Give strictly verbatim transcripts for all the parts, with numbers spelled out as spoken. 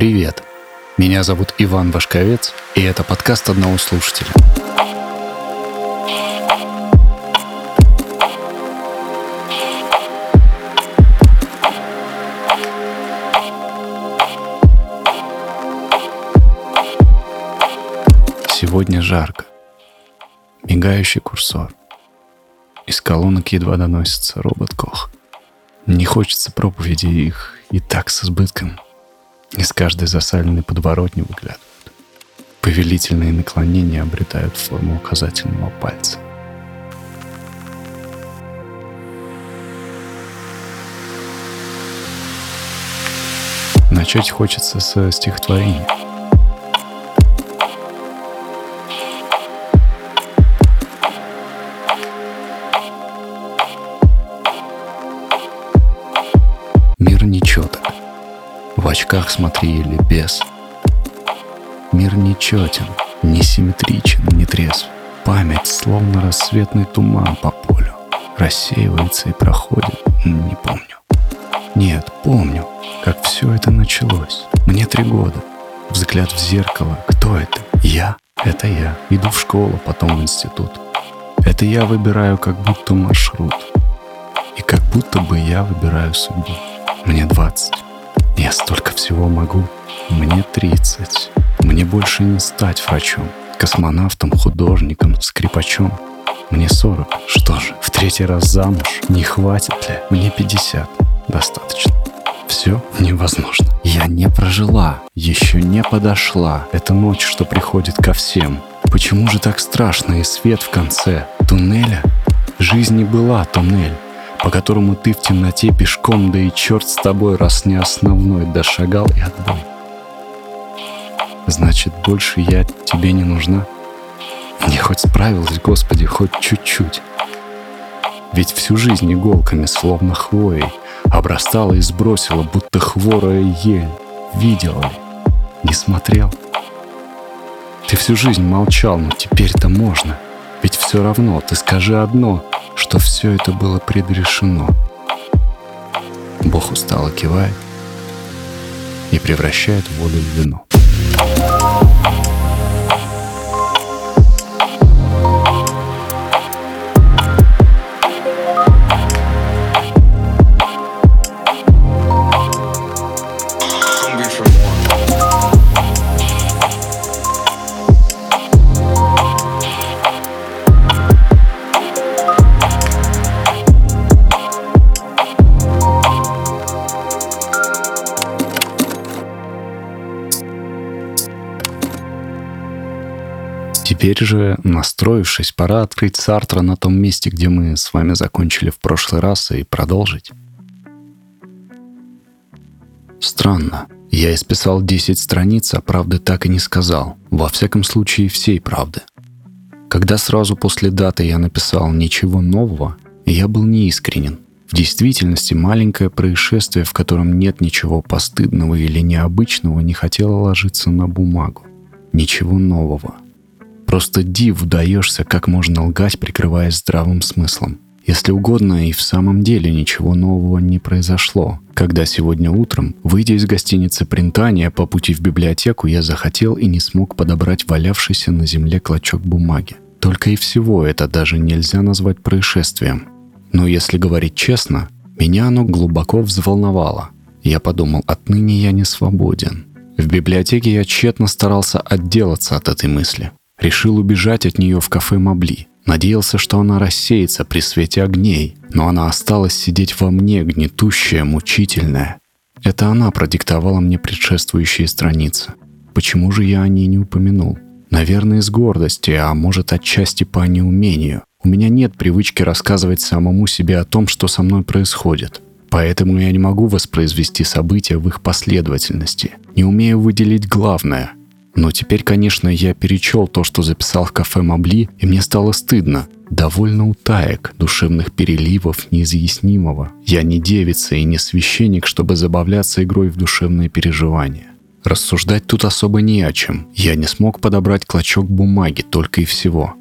Привет! Меня зовут Иван Вашковец, и это подкаст одного слушателя. Сегодня жарко. Мигающий курсор. Из колонок едва доносится робот Кох. Не хочется проповеди, их и так с избытком. Из каждой засаленной подворотни выглядывают. Повелительные наклонения обретают форму указательного пальца. Начать хочется со стихотворения. Мир нечеток. В очках смотри или без. Мир нечетен, не симметричен, не трезв. Память, словно рассветный туман по полю, рассеивается и проходит, не помню. Нет, помню, как все это началось. Мне три года. Взгляд в зеркало. Кто это? Я. Это я. Иду в школу, потом в институт. Это я выбираю как будто маршрут. И как будто бы я выбираю судьбу. Мне двадцать. Я столько всего могу. Мне тридцать. Мне больше не стать врачом, космонавтом, художником, скрипачом. Мне сорок. Что же, в третий раз замуж? Не хватит ли? Мне пятьдесят. Достаточно. Все невозможно. Я не прожила, еще не подошла. Это ночь, что приходит ко всем. Почему же так страшно и свет в конце туннеля? Жизнь не была туннель, по которому ты в темноте пешком, да и черт с тобой, раз не основной, дошагал и отбой. Значит, больше я тебе не нужна? Не хоть справилась, Господи, хоть чуть-чуть. Ведь всю жизнь иголками, словно хвоей, обрастала и сбросила, будто хворая ель. Видела ли? Не смотрел? Ты всю жизнь молчал, но теперь-то можно. Ведь все равно, ты скажи одно, что все это было предрешено. Бог устало кивает и превращает воду в вино. Теперь же, настроившись, пора открыть Сартра на том месте, где мы с вами закончили в прошлый раз, и продолжить. Странно. Я исписал десять страниц, а правды так и не сказал. Во всяком случае, всей правды. Когда сразу после даты я написал «ничего нового», я был неискренен. В действительности маленькое происшествие, в котором нет ничего постыдного или необычного, не хотело ложиться на бумагу. Ничего нового. Просто диву даешься, как можно лгать, прикрываясь здравым смыслом. Если угодно, и в самом деле ничего нового не произошло. Когда сегодня утром, выйдя из гостиницы Принтания, по пути в библиотеку, я захотел и не смог подобрать валявшийся на земле клочок бумаги. Только и всего это даже нельзя назвать происшествием. Но если говорить честно, меня оно глубоко взволновало. Я подумал, отныне я не свободен. В библиотеке я тщетно старался отделаться от этой мысли. Решил убежать от нее в кафе Мабли. Надеялся, что она рассеется при свете огней, но она осталась сидеть во мне, гнетущая, мучительная. Это она продиктовала мне предшествующие страницы. Почему же я о ней не упомянул? Наверное, из гордости, а может, отчасти по неумению. У меня нет привычки рассказывать самому себе о том, что со мной происходит. Поэтому я не могу воспроизвести события в их последовательности. Не умею выделить главное. Но теперь, конечно, я перечел то, что записал в кафе Мабли, и мне стало стыдно. Довольно утаек, душевных переливов, неизъяснимого. Я не девица и не священник, чтобы забавляться игрой в душевные переживания. Рассуждать тут особо не о чем. Я не смог подобрать клочок бумаги, только и всего.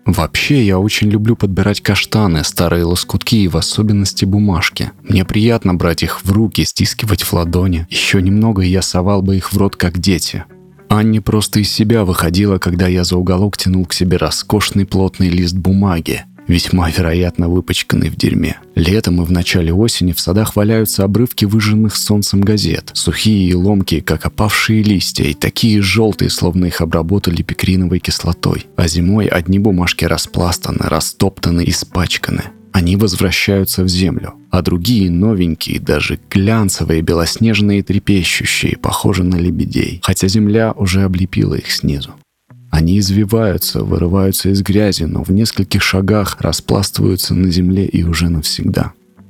Вообще, я очень люблю подбирать каштаны, старые лоскутки и в особенности бумажки. Мне приятно брать их в руки, стискивать в ладони. Еще немного, и я совал бы их в рот, как дети. Анне просто из себя выходила, когда я за уголок тянул к себе роскошный плотный лист бумаги, весьма вероятно выпачканный в дерьме. Летом и в начале осени в садах валяются обрывки выжженных солнцем газет, сухие и ломкие, как опавшие листья, и такие желтые, словно их обработали пикриновой кислотой. А зимой одни бумажки распластаны, растоптаны, испачканы. Они возвращаются в землю, а другие новенькие, даже глянцевые, белоснежные, трепещущие, похожи на лебедей, хотя земля уже облепила их снизу. Они извиваются, вырываются из грязи, но в нескольких шагах распластываются на земле и уже навсегда.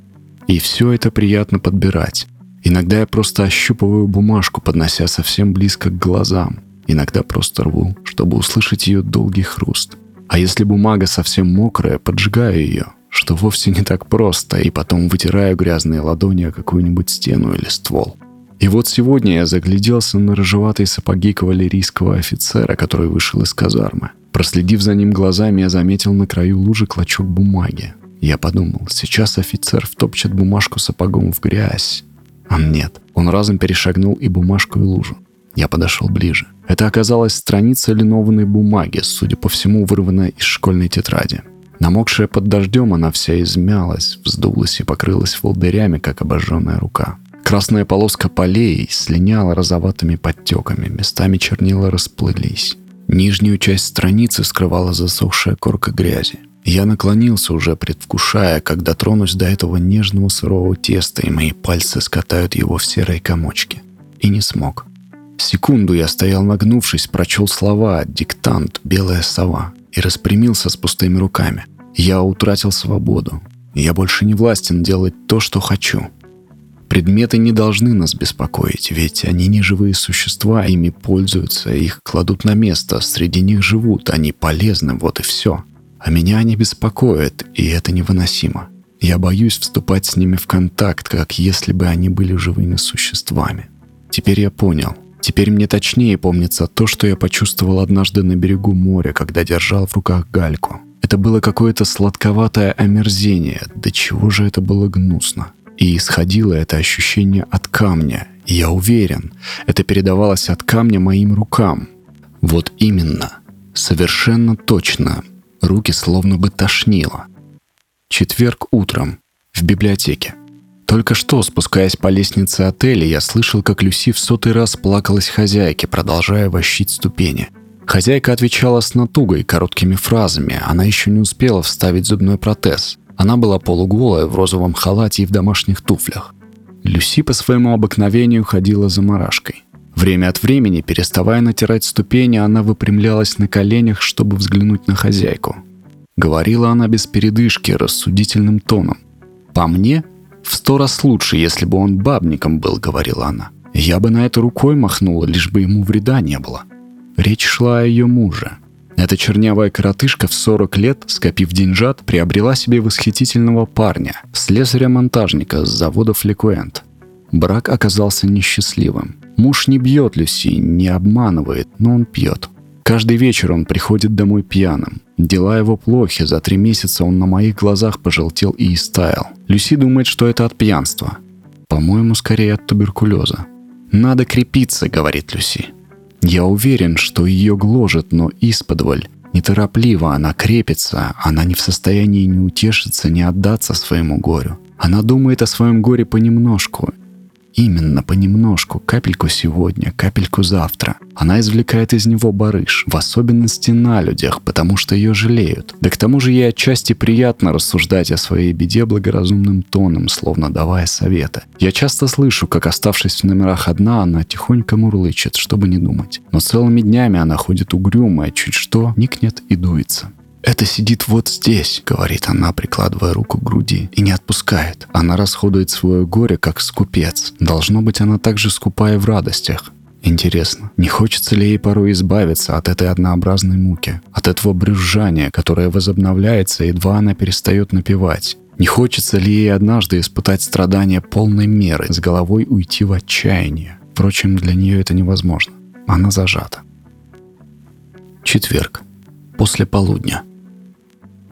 И все это приятно подбирать. Иногда я просто ощупываю бумажку, поднося совсем близко к глазам. Иногда просто рву, чтобы услышать ее долгий хруст. А если бумага совсем мокрая, поджигаю ее, что вовсе не так просто, и потом вытираю грязные ладони о какую-нибудь стену или ствол. И вот сегодня я загляделся на рыжеватые сапоги кавалерийского офицера, который вышел из казармы. Проследив за ним глазами, я заметил на краю лужи клочок бумаги. Я подумал, сейчас офицер втопчет бумажку сапогом в грязь. А нет, он разом перешагнул и бумажку, и лужу. Я подошел ближе. Это оказалась страница линованной бумаги, судя по всему, вырванная из школьной тетради. Намокшая под дождем, она вся измялась, вздулась и покрылась волдырями, как обожженная рука. Красная полоска полей слиняла розоватыми подтеками, местами чернила расплылись. Нижнюю часть страницы скрывала засохшая корка грязи. Я наклонился, уже предвкушая, как дотронусь до этого нежного сырого теста, и мои пальцы скатают его в серые комочки. И не смог. Секунду я стоял нагнувшись, прочел слова «диктант», «белая сова» и распрямился с пустыми руками. Я утратил свободу. Я больше не властен делать то, что хочу. Предметы не должны нас беспокоить, ведь они не живые существа, ими пользуются, их кладут на место, среди них живут, они полезны, вот и все. А меня они беспокоят, и это невыносимо. Я боюсь вступать с ними в контакт, как если бы они были живыми существами. Теперь я понял. Теперь мне точнее помнится то, что я почувствовал однажды на берегу моря, когда держал в руках гальку. Это было какое-то сладковатое омерзение, до чего же это было гнусно. И исходило это ощущение от камня. И я уверен, это передавалось от камня моим рукам. Вот именно. Совершенно точно. Руки словно бы тошнило. Четверг утром. В библиотеке. Только что, спускаясь по лестнице отеля, я слышал, как Люси в сотый раз плакалась хозяйке, продолжая вощить ступени. Хозяйка отвечала с натугой, короткими фразами. Она еще не успела вставить зубной протез. Она была полуголая, в розовом халате и в домашних туфлях. Люси по своему обыкновению ходила за марашкой. Время от времени, переставая натирать ступени, она выпрямлялась на коленях, чтобы взглянуть на хозяйку. Говорила она без передышки, рассудительным тоном. «По мне, в сто раз лучше, если бы он бабником был», — говорила она. «Я бы на это рукой махнула, лишь бы ему вреда не было». Речь шла о ее муже. Эта чернявая коротышка в сорок лет, скопив деньжат, приобрела себе восхитительного парня, слесаря-монтажника с завода «Фликуэнт». Брак оказался несчастливым. Муж не бьет Люси, не обманывает, но он пьет. Каждый вечер он приходит домой пьяным. Дела его плохи, за три месяца он на моих глазах пожелтел и истаял. Люси думает, что это от пьянства. По-моему, скорее от туберкулеза. «Надо крепиться», — говорит Люси. Я уверен, что ее гложет, но исподволь, неторопливо она крепится, она не в состоянии ни утешиться, ни отдаться своему горю. Она думает о своем горе понемножку. Именно понемножку, капельку сегодня, капельку завтра. Она извлекает из него барыш, в особенности на людях, потому что ее жалеют. Да к тому же ей отчасти приятно рассуждать о своей беде благоразумным тоном, словно давая советы. Я часто слышу, как, оставшись в номерах одна, она тихонько мурлычет, чтобы не думать. Но целыми днями она ходит угрюмая, чуть что, никнет и дуется. «Это сидит вот здесь», — говорит она, прикладывая руку к груди, и не отпускает. Она расходует свое горе, как скупец. Должно быть, она также скупая в радостях. Интересно, не хочется ли ей порой избавиться от этой однообразной муки, от этого брюзжания, которое возобновляется, едва она перестает напевать? Не хочется ли ей однажды испытать страдания полной меры, с головой уйти в отчаяние? Впрочем, для нее это невозможно. Она зажата. Четверг. После полудня.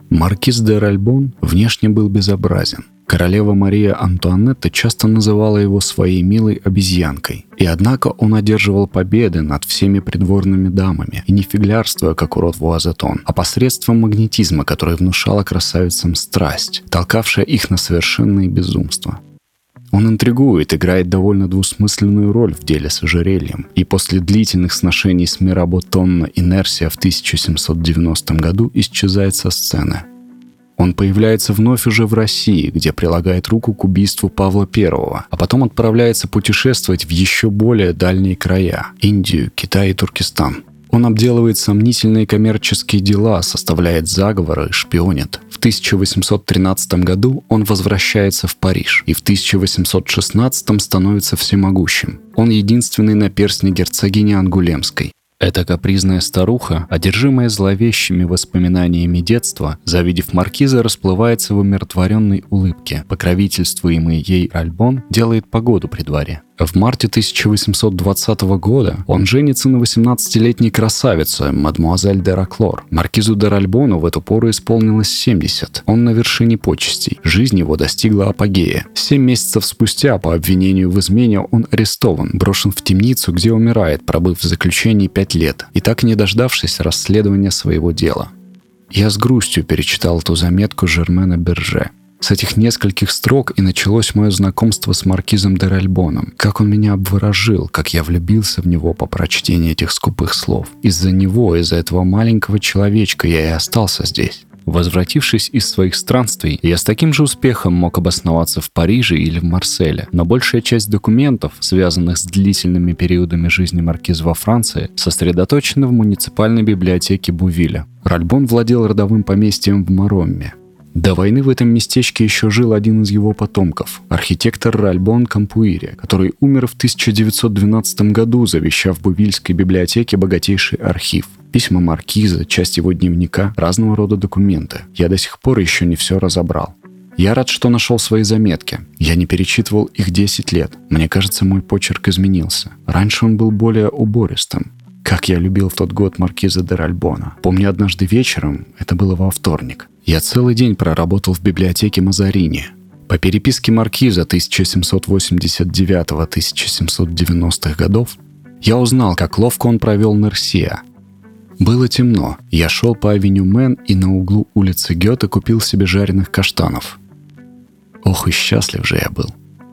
Маркиз де Ральбон внешне был безобразен. Королева Мария Антуанетта часто называла его своей милой обезьянкой. И однако он одерживал победы над всеми придворными дамами, и не фиглярствуя, как урод Вуазетон, а посредством магнетизма, который внушала красавицам страсть, толкавшая их на совершенные безумства. Он интригует, играет довольно двусмысленную роль в деле с ожерельем, и после длительных сношений с Мирабо Тонно Инерсия в тысяча семьсот девяностом году исчезает со сцены. Он появляется вновь уже в России, где прилагает руку к убийству Павла Первого, а потом отправляется путешествовать в еще более дальние края – Индию, Китай и Туркестан. Он обделывает сомнительные коммерческие дела, составляет заговоры, шпионит. В тысяча восемьсот тринадцатом году он возвращается в Париж и в тысяча восемьсот шестнадцатом становится всемогущим. Он единственный наперстник герцогини Ангулемской. Эта капризная старуха, одержимая зловещими воспоминаниями детства, завидев маркиза, расплывается в умиротворенной улыбке. Покровительствуемый ей Ральбон делает погоду при дворе. В марте тысяча восемьсот двадцатого года он женится на восемнадцатилетней красавице, мадмуазель де Раклор. Маркизу де Ральбону в эту пору исполнилось семьдесят. Он на вершине почестей. Жизнь его достигла апогея. Семь месяцев спустя, по обвинению в измене, он арестован, брошен в темницу, где умирает, пробыв в заключении пять лет, и так и не дождавшись расследования своего дела. Я с грустью перечитал ту заметку Жермена Берже. С этих нескольких строк и началось мое знакомство с маркизом де Ральбоном. Как он меня обворожил, как я влюбился в него по прочтении этих скупых слов. Из-за него, из-за этого маленького человечка я и остался здесь. Возвратившись из своих странствий, я с таким же успехом мог обосноваться в Париже или в Марселе, но большая часть документов, связанных с длительными периодами жизни маркиза во Франции, сосредоточена в муниципальной библиотеке Бувиля. Ральбон владел родовым поместьем в Маромме. До войны в этом местечке еще жил один из его потомков, архитектор Ральбон Кампуире, который умер в тысяча девятьсот двенадцатом году, завещав Бувильской библиотеке богатейший архив. Письма маркиза, часть его дневника, разного рода документы. Я до сих пор еще не все разобрал. Я рад, что нашел свои заметки. Я не перечитывал их десять лет. Мне кажется, мой почерк изменился. Раньше он был более убористым. Как я любил в тот год маркиза де Ральбона. Помню, однажды вечером, это было во вторник, я целый день проработал в библиотеке Мазарини. По переписке маркиза тысяча семьсот восемьдесят девятого — тысяча семьсот девяностых годов я узнал, как ловко он провел Нерсия. Было темно. Я шел по авеню Мэн и на углу улицы Гёте купил себе жареных каштанов. Ох, и счастлив же я был.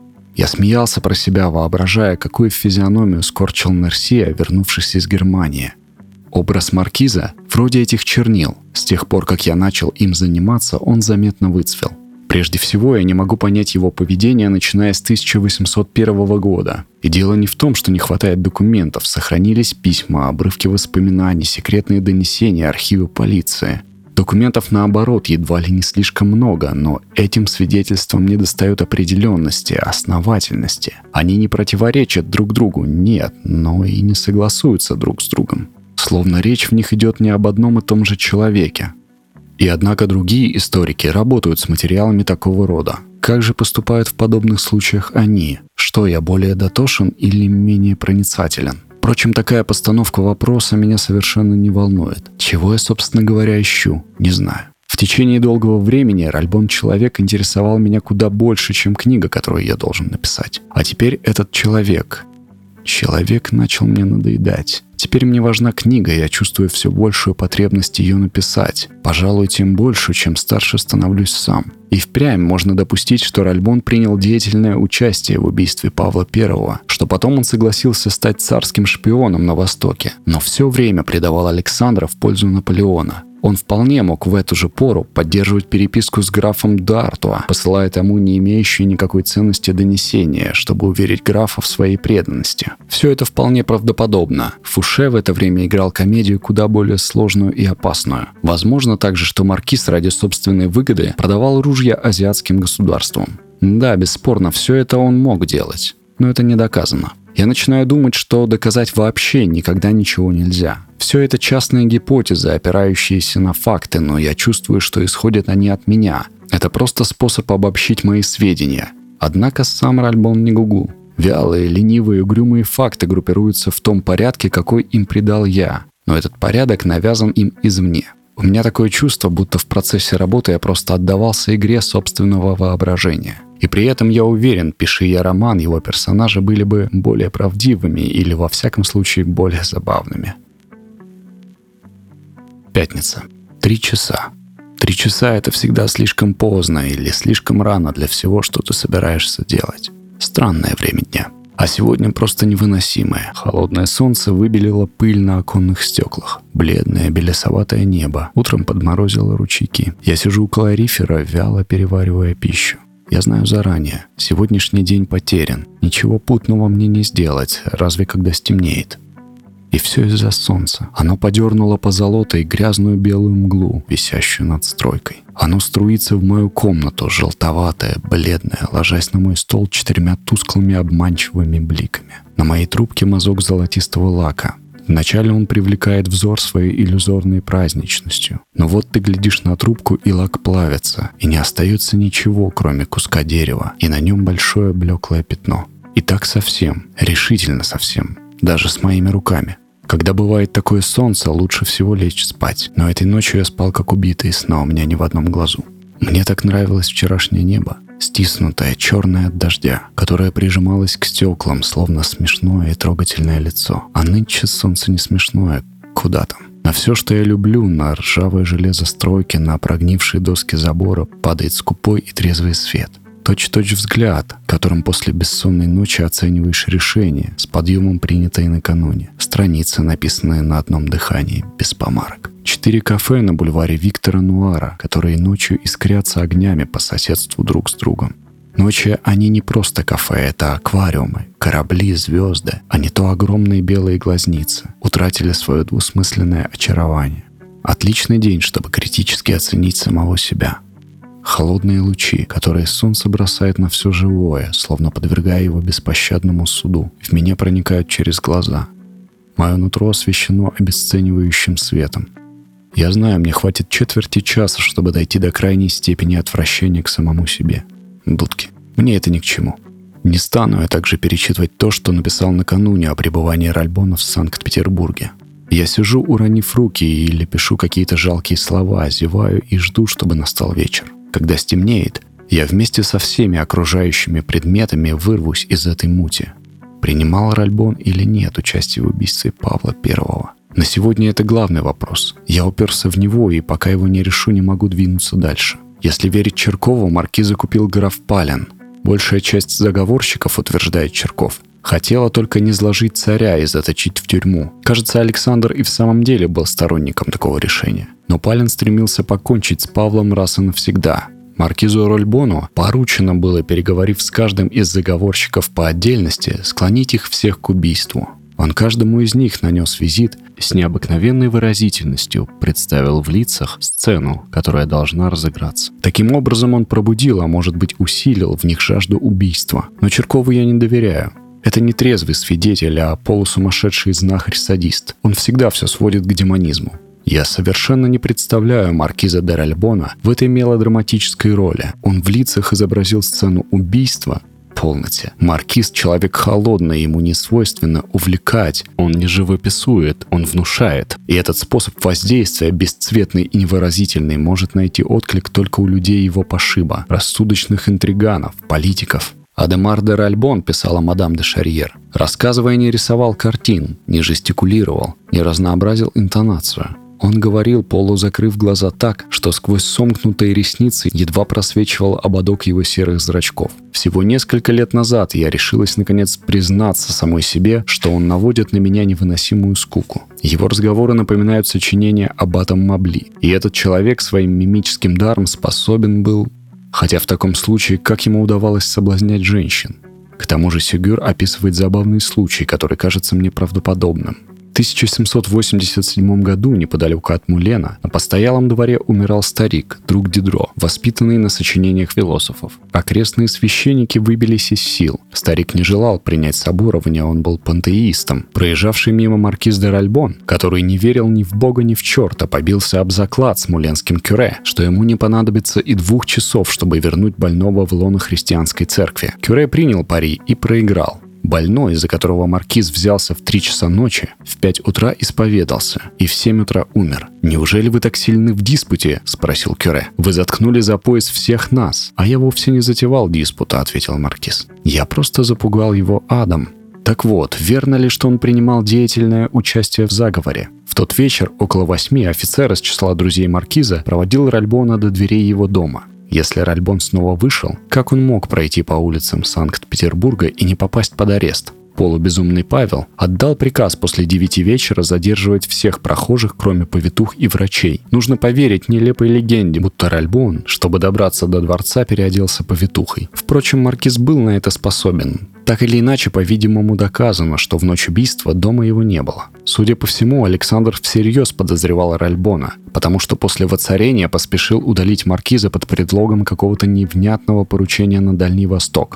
Я смеялся про себя, воображая, какую физиономию скорчил Нерсия, вернувшись из Германии. Образ маркиза вроде этих чернил. С тех пор, как я начал им заниматься, он заметно выцвел. Прежде всего, я не могу понять его поведение, начиная с тысяча восемьсот первого года. И дело не в том, что не хватает документов. Сохранились письма, обрывки воспоминаний, секретные донесения, архивы полиции. Документов, наоборот, едва ли не слишком много, но этим свидетельствам недостает определенности, основательности. Они не противоречат друг другу, нет, но и не согласуются друг с другом. Словно речь в них идет не об одном и том же человеке. И однако другие историки работают с материалами такого рода. Как же поступают в подобных случаях они? Что, я более дотошен или менее проницателен? Впрочем, такая постановка вопроса меня совершенно не волнует. Чего я, собственно говоря, ищу? Не знаю. В течение долгого времени Ральбон Человек интересовал меня куда больше, чем книга, которую я должен написать. А теперь этот человек... Человек начал мне надоедать. Теперь мне важна книга, и я чувствую все большую потребность ее написать. Пожалуй, тем больше, чем старше становлюсь сам. И впрямь можно допустить, что Ральбон принял деятельное участие в убийстве Павла Первого, что потом он согласился стать царским шпионом на Востоке, но все время предавал Александра в пользу Наполеона. Он вполне мог в эту же пору поддерживать переписку с графом д'Артуа, посылая тому не имеющие никакой ценности донесения, чтобы уверить графа в своей преданности. Все это вполне правдоподобно. Фуше в это время играл комедию куда более сложную и опасную. Возможно также, что маркиз ради собственной выгоды продавал ружья азиатским государствам. Да, бесспорно, все это он мог делать, но это не доказано. Я начинаю думать, что доказать вообще никогда ничего нельзя. Все это частные гипотезы, опирающиеся на факты, но я чувствую, что исходят они от меня. Это просто способ обобщить мои сведения. Однако сам Ральбон не гугу. Вялые, ленивые, угрюмые факты группируются в том порядке, какой им придал я. Но этот порядок навязан им извне. У меня такое чувство, будто в процессе работы я просто отдавался игре собственного воображения. И при этом я уверен, пиши я роман, его персонажи были бы более правдивыми или, во всяком случае, более забавными. Пятница. Три часа. Три часа — это всегда слишком поздно или слишком рано для всего, что ты собираешься делать. Странное время дня. А сегодня просто невыносимое. Холодное солнце выбелило пыль на оконных стеклах. Бледное белесоватое небо. Утром подморозило ручейки. Я сижу около рифера, вяло переваривая пищу. Я знаю заранее. Сегодняшний день потерян. Ничего путного мне не сделать, разве когда стемнеет. И все из-за солнца. Оно подернуло позолотой грязную белую мглу, висящую над стройкой. Оно струится в мою комнату, желтоватое, бледное, ложась на мой стол четырьмя тусклыми обманчивыми бликами. На моей трубке мазок золотистого лака. Вначале он привлекает взор своей иллюзорной праздничностью. Но вот ты глядишь на трубку, и лак плавится, и не остается ничего, кроме куска дерева, и на нем большое блеклое пятно. И так совсем, решительно совсем, даже с моими руками. Когда бывает такое солнце, лучше всего лечь спать. Но этой ночью я спал как убитый, сна у меня ни в одном глазу. Мне так нравилось вчерашнее небо, стиснутое, черное от дождя, которое прижималось к стеклам, словно смешное и трогательное лицо. А нынче солнце не смешное, куда там. На все, что я люблю, на ржавое железо стройки, на прогнившие доски забора падает скупой и трезвый свет. Точь-точь взгляд, которым после бессонной ночи оцениваешь решение, с подъемом принятое накануне. Страницы, написанные на одном дыхании, без помарок. Четыре кафе на бульваре Виктора Нуара, которые ночью искрятся огнями по соседству друг с другом. Ночью они не просто кафе, это аквариумы, корабли, звезды, а не то огромные белые глазницы, утратили свое двусмысленное очарование. Отличный день, чтобы критически оценить самого себя. Холодные лучи, которые солнце бросает на все живое, словно подвергая его беспощадному суду, в меня проникают через глаза. Мое нутро освещено обесценивающим светом. Я знаю, мне хватит четверти часа, чтобы дойти до крайней степени отвращения к самому себе. Дудки. Мне это ни к чему. Не стану я также перечитывать то, что написал накануне о пребывании Ральбона в Санкт-Петербурге. Я сижу, уронив руки, или пишу какие-то жалкие слова, зеваю и жду, чтобы настал вечер. Когда стемнеет, я вместе со всеми окружающими предметами вырвусь из этой мути. Принимал Ральбон или нет участие в убийстве Павла Первого? На сегодня это главный вопрос. Я уперся в него, и пока его не решу, не могу двинуться дальше. Если верить Черкову, маркиза купил граф Пален. Большая часть заговорщиков, утверждает Черков, хотела только низложить царя и заточить в тюрьму. Кажется, Александр и в самом деле был сторонником такого решения. Но Пален стремился покончить с Павлом раз и навсегда. Маркизу Ральбону поручено было, переговорив с каждым из заговорщиков по отдельности, склонить их всех к убийству. Он каждому из них нанес визит с необыкновенной выразительностью, представил в лицах сцену, которая должна разыграться. Таким образом он пробудил, а может быть усилил в них жажду убийства. Но Черкову я не доверяю. Это не трезвый свидетель, а полусумасшедший знахарь-садист. Он всегда все сводит к демонизму. Я совершенно не представляю маркиза де Ральбона в этой мелодраматической роли. Он в лицах изобразил сцену убийства. Полноте. Маркиз — человек холодный, ему не свойственно увлекать. Он не живописует, он внушает. И этот способ воздействия, бесцветный и невыразительный, может найти отклик только у людей его пошиба, рассудочных интриганов, политиков. Адемар де Ральбон, писала мадам де Шарьер, рассказывая, не рисовал картин, не жестикулировал, не разнообразил интонацию. Он говорил, полузакрыв глаза так, что сквозь сомкнутые ресницы едва просвечивал ободок его серых зрачков. Всего несколько лет назад я решилась наконец признаться самой себе, что он наводит на меня невыносимую скуку. Его разговоры напоминают сочинения аббата Мабли, и этот человек своим мимическим даром способен был... Хотя в таком случае, как ему удавалось соблазнять женщин? К тому же Сигюр описывает забавный случай, который кажется мне правдоподобным. В тысяча семьсот восемьдесят седьмом году, неподалеку от Мулена, на постоялом дворе умирал старик, друг Дидро, воспитанный на сочинениях философов. Окрестные священники выбились из сил. Старик не желал принять соборование, он был пантеистом. Проезжавший мимо маркиз де Ральбон, который не верил ни в бога, ни в черта, побился об заклад с муленским кюре, что ему не понадобится и двух часов, чтобы вернуть больного в лоно христианской церкви. Кюре принял пари и проиграл. Больной, за которого маркиз взялся в три часа ночи, в пять утра исповедался и в семь утра умер. «Неужели вы так сильны в диспуте?» – спросил Кюре. «Вы заткнули за пояс всех нас». «А я вовсе не затевал диспута», – ответил маркиз. «Я просто запугал его адом». Так вот, верно ли, что он принимал деятельное участие в заговоре? В тот вечер около восьми офицер из числа друзей маркиза проводил Ральбона до дверей его дома. Если Ральбон снова вышел, как он мог пройти по улицам Санкт-Петербурга и не попасть под арест? Полубезумный Павел отдал приказ после девяти вечера задерживать всех прохожих, кроме повитух и врачей. Нужно поверить нелепой легенде, будто Ральбон, чтобы добраться до дворца, переоделся повитухой. Впрочем, маркиз был на это способен. Так или иначе, по-видимому, доказано, что в ночь убийства дома его не было. Судя по всему, Александр всерьез подозревал Ральбона, потому что после воцарения поспешил удалить маркиза под предлогом какого-то невнятного поручения на Дальний Восток.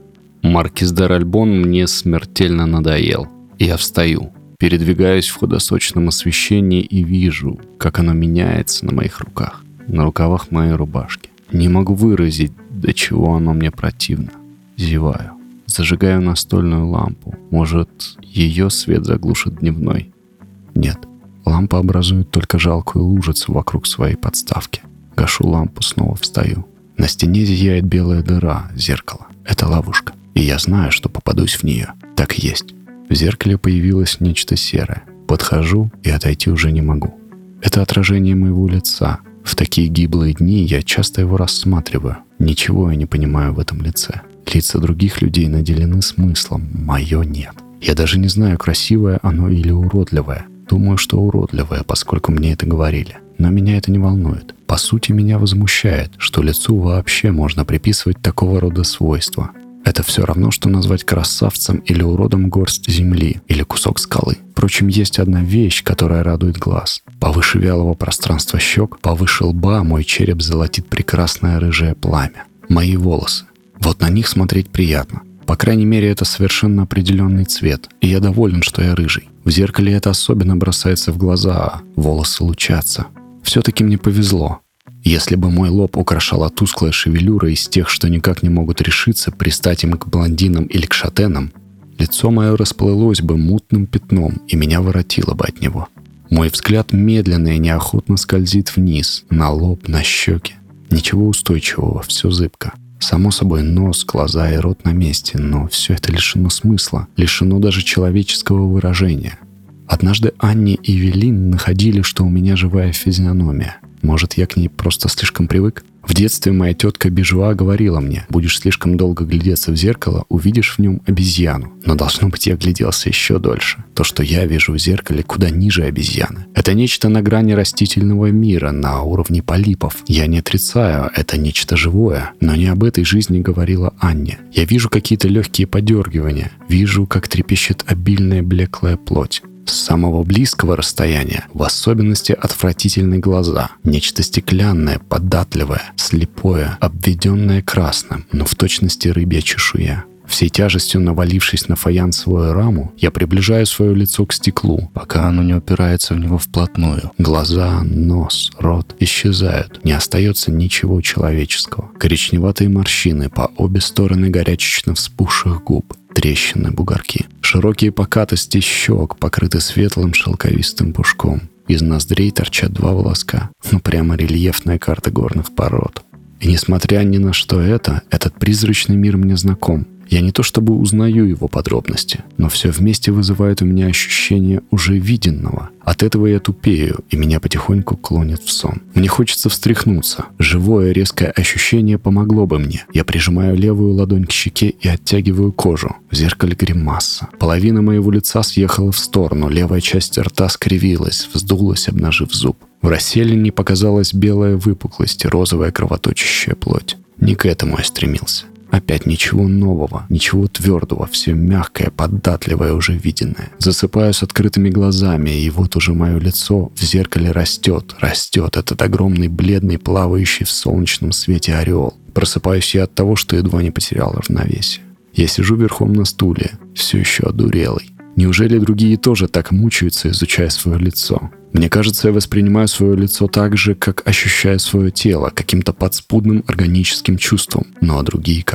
Маркиз де Ральбон мне смертельно надоел. Я встаю, передвигаюсь в худосочном освещении и вижу, как оно меняется на моих руках, на рукавах моей рубашки. Не могу выразить, до чего оно мне противно. Зеваю. Зажигаю настольную лампу. Может, ее свет заглушит дневной? Нет. Лампа образует только жалкую лужицу вокруг своей подставки. Гашу лампу, снова встаю. На стене зияет белая дыра, зеркало. Это ловушка. И я знаю, что попадусь в нее. Так и есть. В зеркале появилось нечто серое. Подхожу и отойти уже не могу. Это отражение моего лица. В такие гиблые дни я часто его рассматриваю. Ничего я не понимаю в этом лице. Лица других людей наделены смыслом, мое нет. Я даже не знаю, красивое оно или уродливое. Думаю, что уродливое, поскольку мне это говорили. Но меня это не волнует. По сути, меня возмущает, что лицу вообще можно приписывать такого рода свойства. Это все равно, что назвать красавцем или уродом горсть земли или кусок скалы. Впрочем, есть одна вещь, которая радует глаз. Повыше вялого пространства щек, повыше лба мой череп золотит прекрасное рыжее пламя. Мои волосы. Вот на них смотреть приятно. По крайней мере, это совершенно определенный цвет, и я доволен, что я рыжий. В зеркале это особенно бросается в глаза, а волосы лучатся. Все-таки мне повезло. Если бы мой лоб украшала тусклая шевелюра из тех, что никак не могут решиться пристать им к блондинам или к шатенам, лицо мое расплылось бы мутным пятном, и меня воротило бы от него. Мой взгляд медленно и неохотно скользит вниз, на лоб, на щеки. Ничего устойчивого, все зыбко. Само собой, нос, глаза и рот на месте, но все это лишено смысла, лишено даже человеческого выражения. Однажды Анне и Эвелин находили, что у меня живая физиономия. Может, я к ней просто слишком привык? В детстве моя тетка Бежуа говорила мне: будешь слишком долго глядеться в зеркало, увидишь в нем обезьяну. Но должно быть, я гляделся еще дольше. То, что я вижу в зеркале, куда ниже обезьяны. Это нечто на грани растительного мира, на уровне полипов. Я не отрицаю, это нечто живое. Но не об этой жизни говорила Анне. Я вижу какие-то легкие подергивания. Вижу, как трепещет обильная блеклая плоть. С самого близкого расстояния, в особенности отвратительные глаза. Нечто стеклянное, податливое, слепое, обведенное красным, но в точности рыбья чешуя. Всей тяжестью навалившись на фаянсовую раму, я приближаю свое лицо к стеклу, пока оно не упирается в него вплотную. Глаза, нос, рот исчезают. Не остается ничего человеческого. Коричневатые морщины по обе стороны горячечно вспухших губ. Трещины, бугорки. Широкие покатости щек покрыты светлым шелковистым пушком. Из ноздрей торчат два волоска. Ну, прямо рельефная карта горных пород. И несмотря ни на что это, этот призрачный мир мне знаком. Я не то чтобы узнаю его подробности, но все вместе вызывает у меня ощущение уже виденного. От этого я тупею, и меня потихоньку клонит в сон. Мне хочется встряхнуться. Живое резкое ощущение помогло бы мне. Я прижимаю левую ладонь к щеке и оттягиваю кожу. В зеркале гримаса. Половина моего лица съехала в сторону, левая часть рта скривилась, вздулась, обнажив зуб. В расселине показалась белая выпуклость и розовая кровоточащая плоть. Не к этому я стремился. Опять ничего нового, ничего твердого, все мягкое, податливое, уже виденное. Засыпаю с открытыми глазами, и вот уже мое лицо в зеркале растет, растет этот огромный, бледный, плавающий в солнечном свете ореол. Просыпаюсь я от того, что едва не потерял равновесие. Я сижу верхом на стуле, все еще одурелый. Неужели другие тоже так мучаются, изучая свое лицо? Мне кажется, я воспринимаю свое лицо так же, как ощущаю свое тело, каким-то подспудным органическим чувством. Ну а другие как?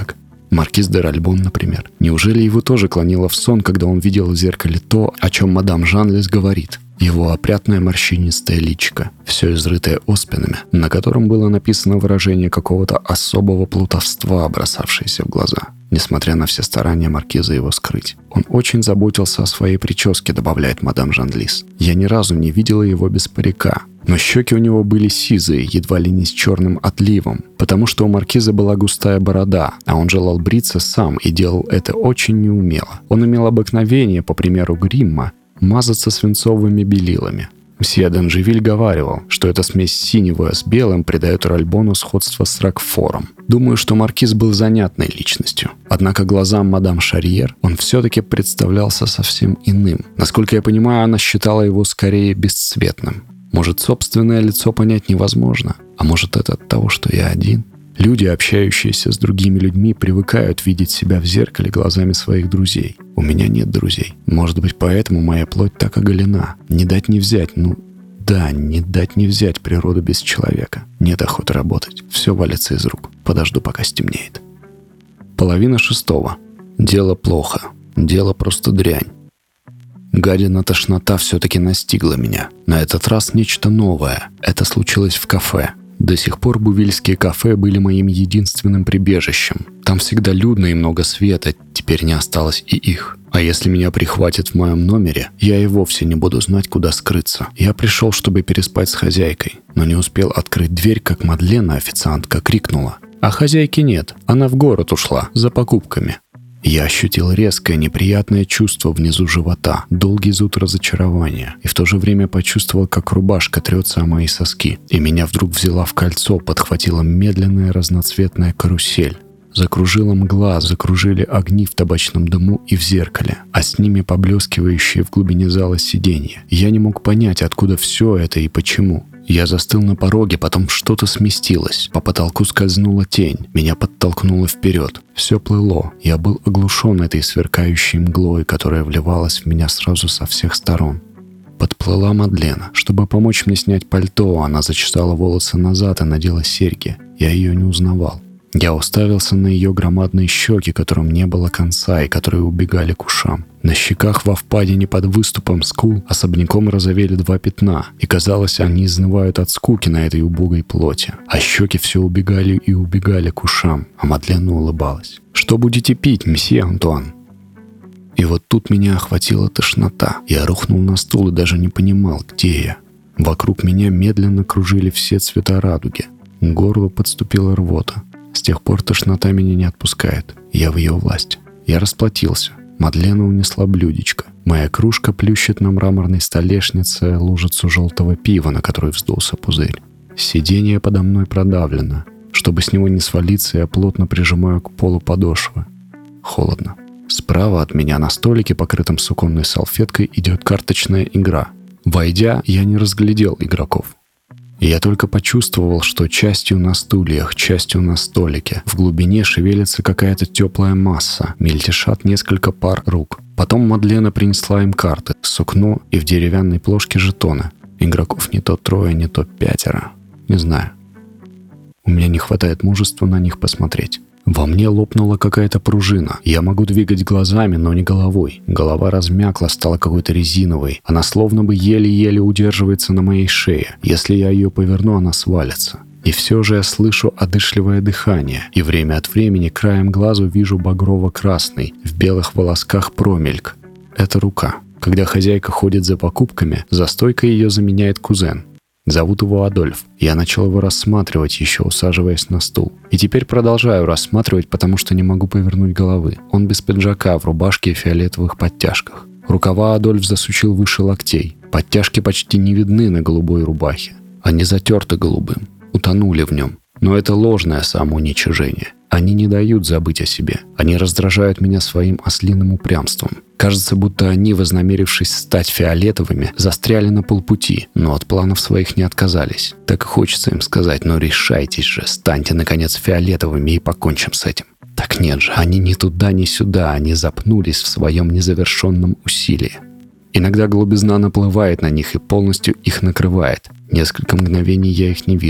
Маркиз де Ральбон, например. Неужели его тоже клонило в сон, когда он видел в зеркале то, о чем мадам Жанлис говорит? Его опрятное морщинистое личико, все изрытое оспинами, на котором было написано выражение какого-то особого плутовства, бросавшееся в глаза, несмотря на все старания маркиза его скрыть. Он очень заботился о своей прическе, добавляет мадам Жанлис. Я ни разу не видела его без парика. Но щеки у него были сизые, едва ли не с черным отливом, потому что у маркиза была густая борода, а он желал бриться сам и делал это очень неумело. Он имел обыкновение, по примеру Гримма, мазаться свинцовыми белилами. Мсье Данжевиль говаривал, что эта смесь синего с белым придает Ральбону сходство с Рокфором. Думаю, что маркиз был занятной личностью. Однако глазам мадам Шарьер он все-таки представлялся совсем иным. Насколько я понимаю, она считала его скорее бесцветным. Может, собственное лицо понять невозможно, а может, это от того, что я один? Люди, общающиеся с другими людьми, привыкают видеть себя в зеркале глазами своих друзей. У меня нет друзей. Может быть, поэтому моя плоть так оголена. Не дать не взять, ну да, не дать не взять природу без человека. Нет охоты работать. Все валится из рук. Подожду, пока стемнеет. Половина шестого. Дело плохо. Дело просто дрянь. Гадина тошнота все-таки настигла меня. На этот раз нечто новое. Это случилось в кафе. До сих пор бувильские кафе были моим единственным прибежищем. Там всегда людно и много света, теперь не осталось и их. А если меня прихватят в моем номере, я и вовсе не буду знать, куда скрыться. Я пришел, чтобы переспать с хозяйкой, но не успел открыть дверь, как Мадлена, официантка, крикнула. А хозяйки нет, она в город ушла, за покупками. Я ощутил резкое, неприятное чувство внизу живота, долгий зуд разочарования, и в то же время почувствовал, как рубашка трется о мои соски, и меня вдруг взяла в кольцо, подхватила медленная разноцветная карусель. Закружила мгла, закружили огни в табачном дыму и в зеркале, а с ними поблескивающие в глубине зала сиденья. Я не мог понять, откуда все это и почему. Я застыл на пороге, потом что-то сместилось. По потолку скользнула тень. Меня подтолкнуло вперед. Все плыло. Я был оглушен этой сверкающей мглой, которая вливалась в меня сразу со всех сторон. Подплыла Мадлена. Чтобы помочь мне снять пальто, она зачесала волосы назад и надела серьги. Я ее не узнавал. Я уставился на ее громадные щеки, которым не было конца и которые убегали к ушам. На щеках во впадине под выступом скул особняком разовели два пятна, и казалось, они изнывают от скуки на этой убогой плоти. А щеки все убегали и убегали к ушам, а Мадлена улыбалась. «Что будете пить, месье Антуан?» И вот тут меня охватила тошнота. Я рухнул на стул и даже не понимал, где я. Вокруг меня медленно кружили все цвета радуги. К горлу подступила рвота. С тех пор тошнота меня не отпускает. Я в ее власти. Я расплатился. Мадлена унесла блюдечко. Моя кружка плющит на мраморной столешнице лужицу желтого пива, на которой вздулся пузырь. Сиденье подо мной продавлено. Чтобы с него не свалиться, я плотно прижимаю к полу подошвы. Холодно. Справа от меня на столике, покрытом суконной салфеткой, идет карточная игра. Войдя, я не разглядел игроков. И я только почувствовал, что частью на стульях, частью на столике. В глубине шевелится какая-то теплая масса, мельтешат несколько пар рук. Потом Мадлена принесла им карты, сукно и в деревянной плошке жетоны. Игроков не то трое, не то пятеро. Не знаю. У меня не хватает мужества на них посмотреть. Во мне лопнула какая-то пружина. Я могу двигать глазами, но не головой. Голова размякла, стала какой-то резиновой. Она словно бы еле-еле удерживается на моей шее. Если я ее поверну, она свалится. И все же я слышу одышливое дыхание. И время от времени краем глазу вижу багрово-красный, в белых волосках промельк. Это рука. Когда хозяйка ходит за покупками, за стойкой ее заменяет кузен. Зовут его Адольф. Я начал его рассматривать, еще усаживаясь на стул. И теперь продолжаю рассматривать, потому что не могу повернуть головы. Он без пиджака, в рубашке и фиолетовых подтяжках. Рукава Адольф засучил выше локтей. Подтяжки почти не видны на голубой рубахе. Они затерты голубым. Утонули в нем. Но это ложное самоуничижение. Они не дают забыть о себе. Они раздражают меня своим ослиным упрямством. Кажется, будто они, вознамерившись стать фиолетовыми, застряли на полпути, но от планов своих не отказались. Так и хочется им сказать: ну решайтесь же, станьте наконец фиолетовыми и покончим с этим. Так нет же, они ни туда, ни сюда, они запнулись в своем незавершенном усилии. Иногда голубизна наплывает на них и полностью их накрывает. Несколько мгновений я их не вижу.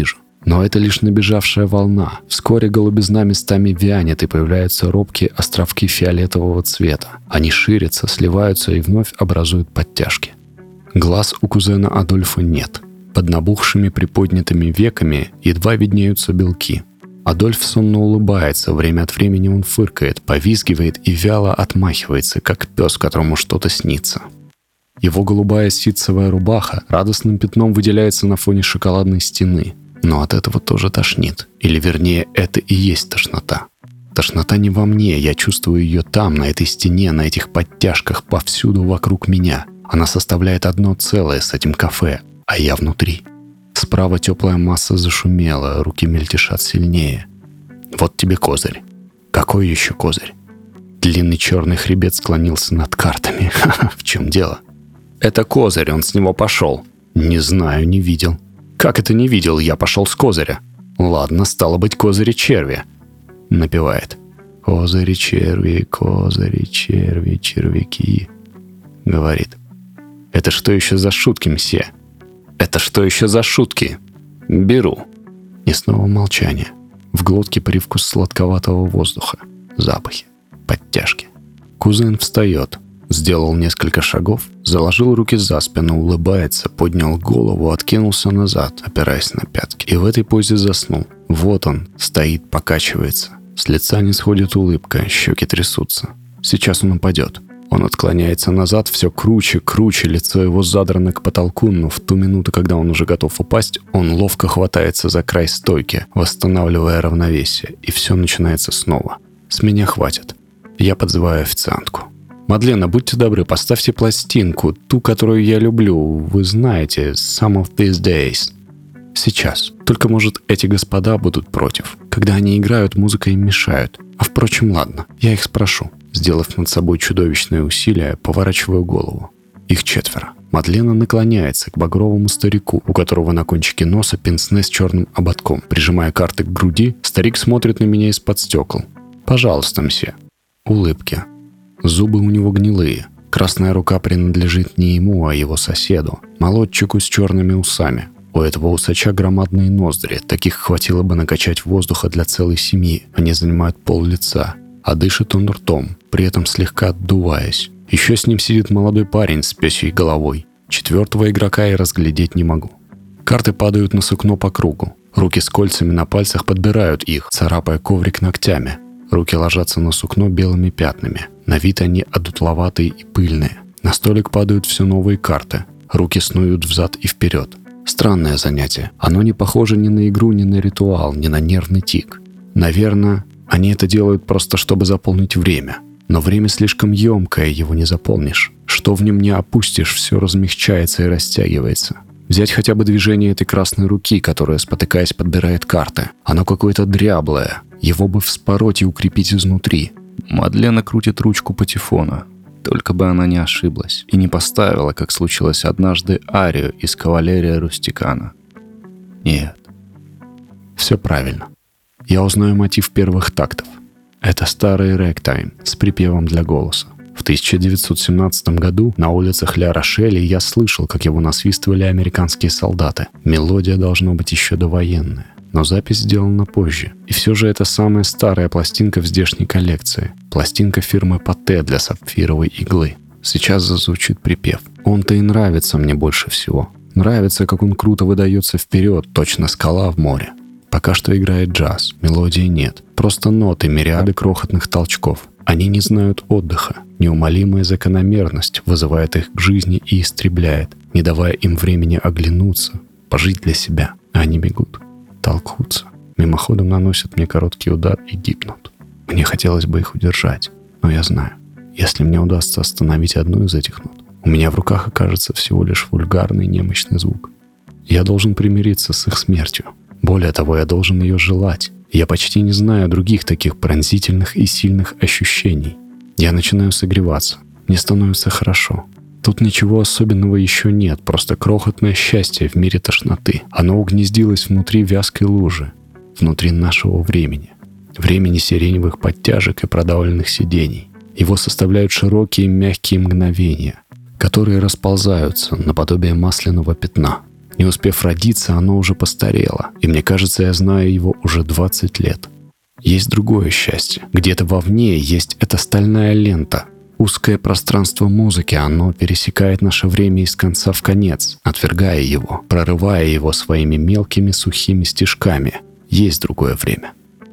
Но это лишь набежавшая волна. Вскоре голубизна местами вянет, и появляются робкие островки фиолетового цвета. Они ширятся, сливаются и вновь образуют подтяжки. Глаз у кузена Адольфа нет. Под набухшими приподнятыми веками едва виднеются белки. Адольф сонно улыбается, время от времени он фыркает, повизгивает и вяло отмахивается, как пес, которому что-то снится. Его голубая ситцевая рубаха радостным пятном выделяется на фоне шоколадной стены. Но от этого тоже тошнит. Или вернее, это и есть тошнота. Тошнота не во мне, я чувствую ее там, на этой стене, на этих подтяжках, повсюду вокруг меня. Она составляет одно целое с этим кафе, а я внутри. Справа теплая масса зашумела, руки мельтешат сильнее. Вот тебе козырь. Какой еще козырь? Длинный черный хребет склонился над картами. Ха-ха, в чем дело? Это козырь, он с него пошел. Не знаю, не видел. Как это не видел? Я пошел с козыря. Ладно, стало быть, козыри черви. Напевает. Козыри черви, козыри черви, червяки. Говорит. Это что еще за шутки, мсье? Это что еще за шутки? Беру. И снова молчание. В глотке привкус сладковатого воздуха. Запахи. Подтяжки. Кузен встает. Сделал несколько шагов, заложил руки за спину, улыбается, поднял голову, откинулся назад, опираясь на пятки. И в этой позе заснул. Вот он, стоит, покачивается. С лица не сходит улыбка, щеки трясутся. Сейчас он упадет. Он отклоняется назад, все круче, круче, лицо его задрано к потолку, но в ту минуту, когда он уже готов упасть, он ловко хватается за край стойки, восстанавливая равновесие, и все начинается снова. С меня хватит. Я подзываю официантку. «Мадлена, будьте добры, поставьте пластинку, ту, которую я люблю, вы знаете, Some of These Days». Сейчас. Только, может, эти господа будут против. Когда они играют, музыка им мешает. А впрочем, ладно, я их спрошу. Сделав над собой чудовищное усилие, поворачиваю голову. Их четверо. Мадлена наклоняется к багровому старику, у которого на кончике носа пенсне с черным ободком. Прижимая карты к груди, старик смотрит на меня из-под стекол. «Пожалуйста, мсье». Улыбки. Зубы у него гнилые. Красная рука принадлежит не ему, а его соседу, молодчику с черными усами. У этого усача громадные ноздри, таких хватило бы накачать воздуха для целой семьи. Они занимают пол лица, а дышит он ртом, при этом слегка отдуваясь. Еще с ним сидит молодой парень с пёсьей головой. Четвертого игрока я разглядеть не могу. Карты падают на сукно по кругу. Руки с кольцами на пальцах подбирают их, царапая коврик ногтями. Руки ложатся на сукно белыми пятнами. На вид они одутловатые и пыльные. На столик падают все новые карты. Руки снуют взад и вперед. Странное занятие. Оно не похоже ни на игру, ни на ритуал, ни на нервный тик. Наверное, они это делают просто, чтобы заполнить время. Но время слишком емкое, его не заполнишь. Что в нем не опустишь, все размягчается и растягивается. Взять хотя бы движение этой красной руки, которая, спотыкаясь, подбирает карты. Оно какое-то дряблое. Его бы вспороть и укрепить изнутри. Мадлена крутит ручку патефона. Только бы она не ошиблась и не поставила, как случилось однажды, арию из «Кавалерия Рустикана». Нет. Все правильно. Я узнаю мотив первых тактов. Это старый рэгтайм с припевом для голоса. В тысяча девятьсот семнадцатом году на улицах Ля-Рошеля я слышал, как его насвистывали американские солдаты. Мелодия должно быть еще довоенная. Но запись сделана позже. И все же это самая старая пластинка в здешней коллекции. Пластинка фирмы Патте для сапфировой иглы. Сейчас зазвучит припев. Он-то и нравится мне больше всего. Нравится, как он круто выдается вперед, точно скала в море. Пока что играет джаз, мелодии нет. Просто ноты, мириады крохотных толчков. Они не знают отдыха. Неумолимая закономерность вызывает их к жизни и истребляет, не давая им времени оглянуться, пожить для себя. А они бегут. Толкутся, мимоходом наносят мне короткий удар и гибнут. Мне хотелось бы их удержать, но я знаю, если мне удастся остановить одну из этих нот, у меня в руках окажется всего лишь вульгарный немощный звук. Я должен примириться с их смертью. Более того, я должен ее желать. Я почти не знаю других таких пронзительных и сильных ощущений. Я начинаю согреваться. Мне становится хорошо. Тут ничего особенного еще нет, просто крохотное счастье в мире тошноты. Оно угнездилось внутри вязкой лужи, внутри нашего времени. Времени сиреневых подтяжек и продавленных сидений. Его составляют широкие мягкие мгновения, которые расползаются наподобие масляного пятна. Не успев родиться, оно уже постарело, и мне кажется, я знаю его уже двадцать лет. Есть другое счастье. Где-то вовне есть эта стальная лента. Узкое пространство музыки, оно пересекает наше время из конца в конец, отвергая его, прорывая его своими мелкими сухими стежками. Есть другое время.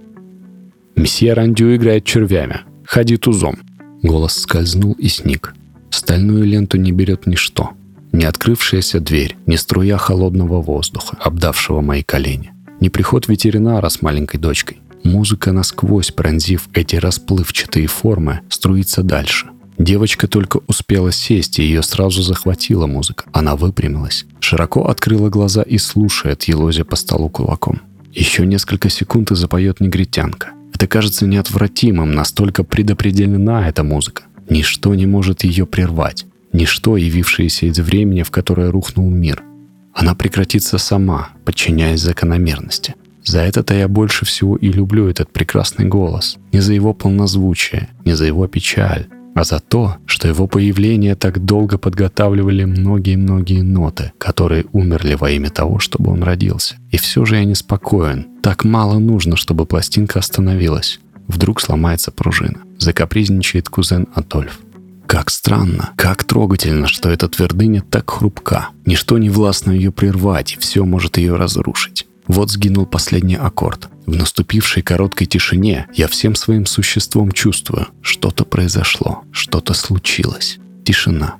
«Месье Рандю играет червями. Ходи тузом». Голос скользнул и сник. Стальную ленту не берет ничто. Ни открывшаяся дверь, ни струя холодного воздуха, обдавшего мои колени, ни приход ветеринара с маленькой дочкой. Музыка, насквозь пронзив эти расплывчатые формы, струится дальше. Девочка только успела сесть, и ее сразу захватила музыка. Она выпрямилась, широко открыла глаза и слушает, елозя по столу кулаком. Еще несколько секунд и запоет негритянка. Это кажется неотвратимым, настолько предопределена эта музыка. Ничто не может ее прервать. Ничто, явившееся из времени, в которое рухнул мир. Она прекратится сама, подчиняясь закономерности. За это-то я больше всего и люблю этот прекрасный голос. Не за его полнозвучие, не за его печаль, а за то, что его появление так долго подготавливали многие-многие ноты, которые умерли во имя того, чтобы он родился. И все же я неспокоен. Так мало нужно, чтобы пластинка остановилась. Вдруг сломается пружина. Закапризничает кузен Адольф. Как странно, как трогательно, что эта твердыня так хрупка. Ничто не властно ее прервать, и все может ее разрушить. Вот сгинул последний аккорд. В наступившей короткой тишине я всем своим существом чувствую, что-то произошло, что-то случилось. Тишина.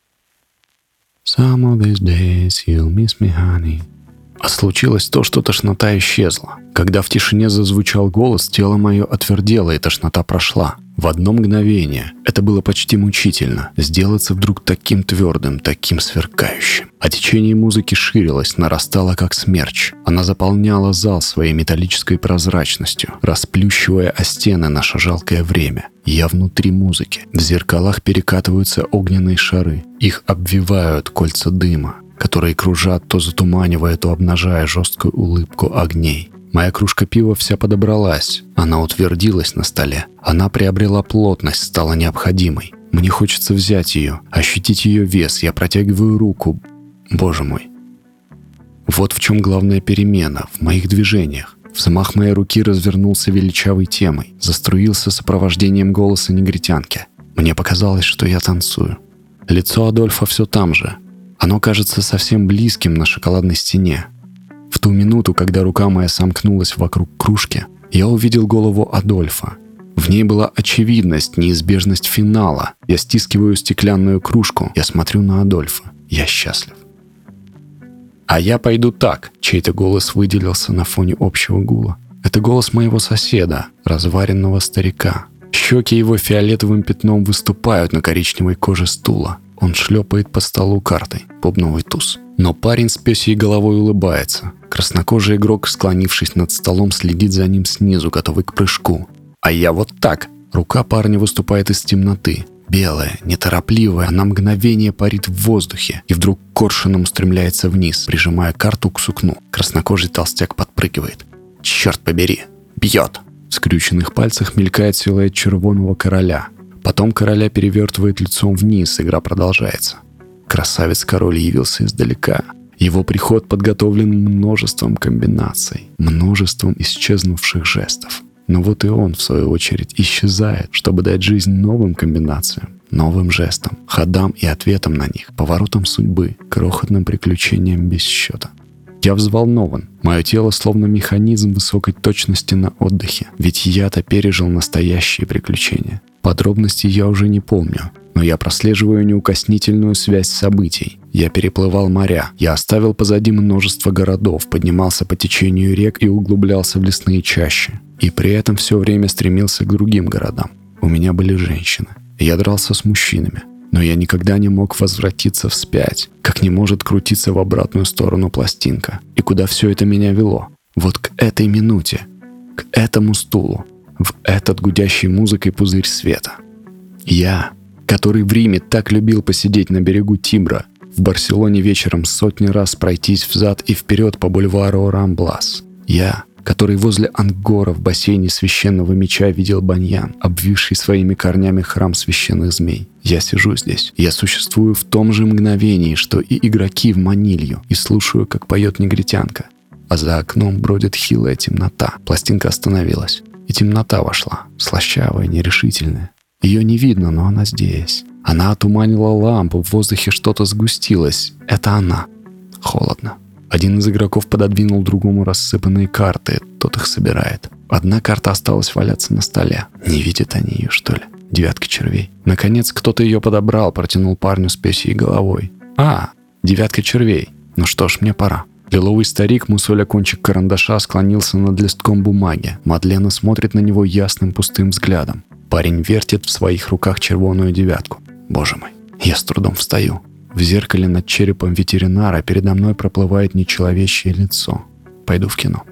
Some of these days you'll miss me, honey. А случилось то, что тошнота исчезла. Когда в тишине зазвучал голос, тело мое отвердело, и тошнота прошла. В одно мгновение. Это было почти мучительно. Сделаться вдруг таким твердым, таким сверкающим. А течение музыки ширилось, нарастало как смерч. Она заполняла зал своей металлической прозрачностью, расплющивая о стены наше жалкое время. Я внутри музыки. В зеркалах перекатываются огненные шары. Их обвивают кольца дыма, которые кружат, то затуманивая, то обнажая жесткую улыбку огней. Моя кружка пива вся подобралась. Она утвердилась на столе. Она приобрела плотность, стала необходимой. Мне хочется взять ее, ощутить ее вес. Я протягиваю руку. Боже мой. Вот в чем главная перемена в моих движениях. Взмах моей руки развернулся величавой темой, заструился сопровождением голоса негритянки. Мне показалось, что я танцую. Лицо Адольфа все там же. Оно кажется совсем близким на шоколадной стене. В ту минуту, когда рука моя сомкнулась вокруг кружки, я увидел голову Адольфа. В ней была очевидность, неизбежность финала. Я стискиваю стеклянную кружку, я смотрю на Адольфа. Я счастлив. «А я пойду так», — чей-то голос выделился на фоне общего гула. Это голос моего соседа, разваренного старика. Щеки его фиолетовым пятном выступают на коричневой коже стула. Он шлепает по столу картой, бубновый туз. Но парень с пёсьей головой улыбается. Краснокожий игрок, склонившись над столом, следит за ним снизу, готовый к прыжку. А я вот так. Рука парня выступает из темноты. Белая, неторопливая, на мгновение парит в воздухе и вдруг коршуном устремляется вниз, прижимая карту к сукну. Краснокожий толстяк подпрыгивает. Черт побери! Бьет! В скрюченных пальцах мелькает силуэт червоного короля. Потом короля перевертывает лицом вниз, игра продолжается. Красавец-король явился издалека. Его приход подготовлен множеством комбинаций, множеством исчезнувших жестов. Но вот и он, в свою очередь, исчезает, чтобы дать жизнь новым комбинациям, новым жестам, ходам и ответам на них, поворотам судьбы, крохотным приключениям без счета. Я взволнован. Мое тело словно механизм высокой точности на отдыхе, ведь я-то пережил настоящие приключения. Подробностей я уже не помню, но я прослеживаю неукоснительную связь событий. Я переплывал моря, я оставил позади множество городов, поднимался по течению рек и углублялся в лесные чащи. И при этом все время стремился к другим городам. У меня были женщины. Я дрался с мужчинами. Но я никогда не мог возвратиться вспять, как не может крутиться в обратную сторону пластинка. И куда все это меня вело? Вот к этой минуте, к этому стулу, в этот гудящий музыкой пузырь света. Я, который в Риме так любил посидеть на берегу Тибра, в Барселоне вечером сотни раз пройтись взад и вперед по бульвару Рамблас. Я, который возле ангора в бассейне священного меча видел баньян, обвивший своими корнями храм священных змей. Я сижу здесь. Я существую в том же мгновении, что и игроки в Манилью, и слушаю, как поет негритянка. А за окном бродит хилая темнота. Пластинка остановилась, и темнота вошла, слащавая, нерешительная. Ее не видно, но она здесь. Она отуманила лампу, в воздухе что-то сгустилось. Это она. Холодно. Один из игроков пододвинул другому рассыпанные карты. Тот их собирает. Одна карта осталась валяться на столе. Не видят они ее, что ли? Девятка червей. Наконец, кто-то ее подобрал, протянул парню с пёсьей головой. А, девятка червей. Ну что ж, мне пора. Лиловый старик, мусоля кончик карандаша, склонился над листком бумаги. Мадлена смотрит на него ясным пустым взглядом. Парень вертит в своих руках червоную девятку. Боже мой, я с трудом встаю. В зеркале над черепом ветеринара передо мной проплывает нечеловечье лицо. Пойду в кино.